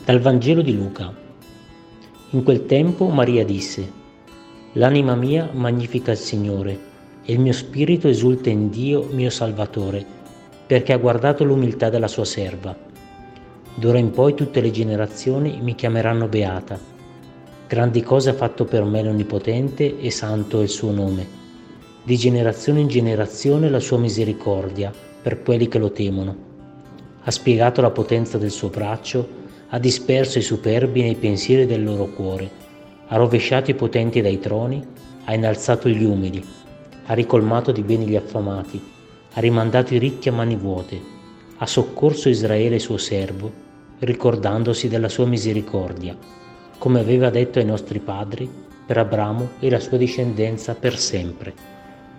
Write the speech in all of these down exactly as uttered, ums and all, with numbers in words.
Dal Vangelo di Luca. In quel tempo Maria disse: «L'anima mia magnifica il Signore, e il mio spirito esulta in Dio mio Salvatore, perché ha guardato l'umiltà della sua serva. D'ora in poi tutte le generazioni mi chiameranno beata. Grandi cose ha fatto per me l'Onnipotente, e santo è il suo nome. Di generazione in generazione la sua misericordia per quelli che lo temono. Ha spiegato la potenza del suo braccio, ha disperso i superbi nei pensieri del loro cuore, ha rovesciato i potenti dai troni, ha innalzato gli umili, ha ricolmato di beni gli affamati, ha rimandato i ricchi a mani vuote, ha soccorso Israele suo servo, ricordandosi della sua misericordia, come aveva detto ai nostri padri, per Abramo e la sua discendenza per sempre».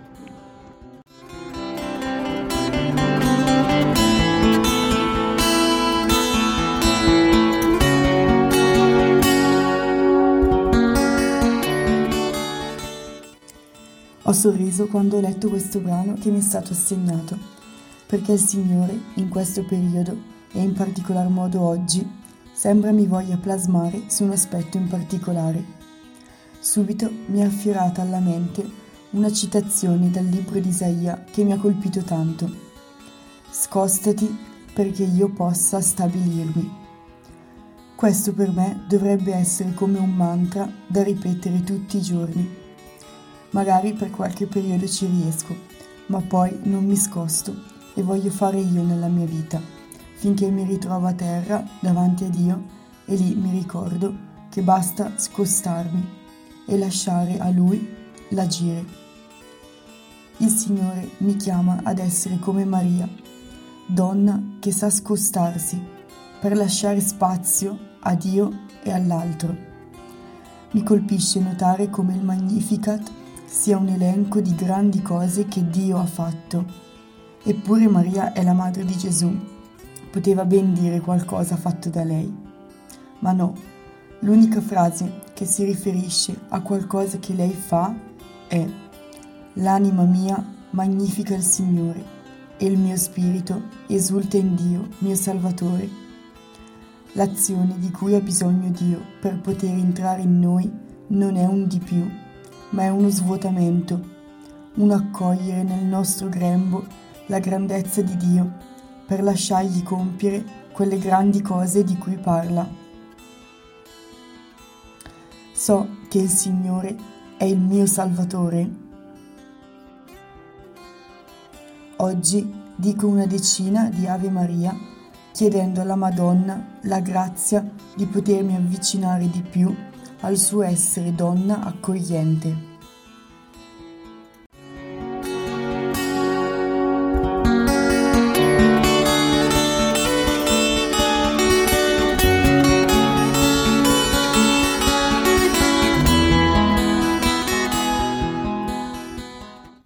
Ho sorriso quando ho letto questo brano che mi è stato assegnato, perché il Signore, in questo periodo e in particolar modo oggi, sembra mi voglia plasmare su un aspetto in particolare. Subito mi è affiorata alla mente una citazione dal libro di Isaia che mi ha colpito tanto. «Scostati perché io possa stabilirmi». Questo per me dovrebbe essere come un mantra da ripetere tutti i giorni. Magari per qualche periodo ci riesco, ma poi non mi scosto e voglio fare io nella mia vita, finché mi ritrovo a terra davanti a Dio e lì mi ricordo che basta scostarmi e lasciare a Lui l'agire. Il Signore mi chiama ad essere come Maria, donna che sa scostarsi per lasciare spazio a Dio e all'altro. Mi colpisce notare come il Magnificat sia un elenco di grandi cose che Dio ha fatto. Eppure Maria è la madre di Gesù. Poteva ben dire qualcosa fatto da lei. Ma no, l'unica frase che si riferisce a qualcosa che lei fa è: «L'anima mia magnifica il Signore, e il mio spirito esulta in Dio, mio Salvatore». L'azione di cui ha bisogno Dio per poter entrare in noi non è un di più, ma è uno svuotamento, un accogliere nel nostro grembo la grandezza di Dio per lasciargli compiere quelle grandi cose di cui parla. So che il Signore è il mio Salvatore. Oggi dico una decina di Ave Maria chiedendo alla Madonna la grazia di potermi avvicinare di più al suo essere donna accogliente.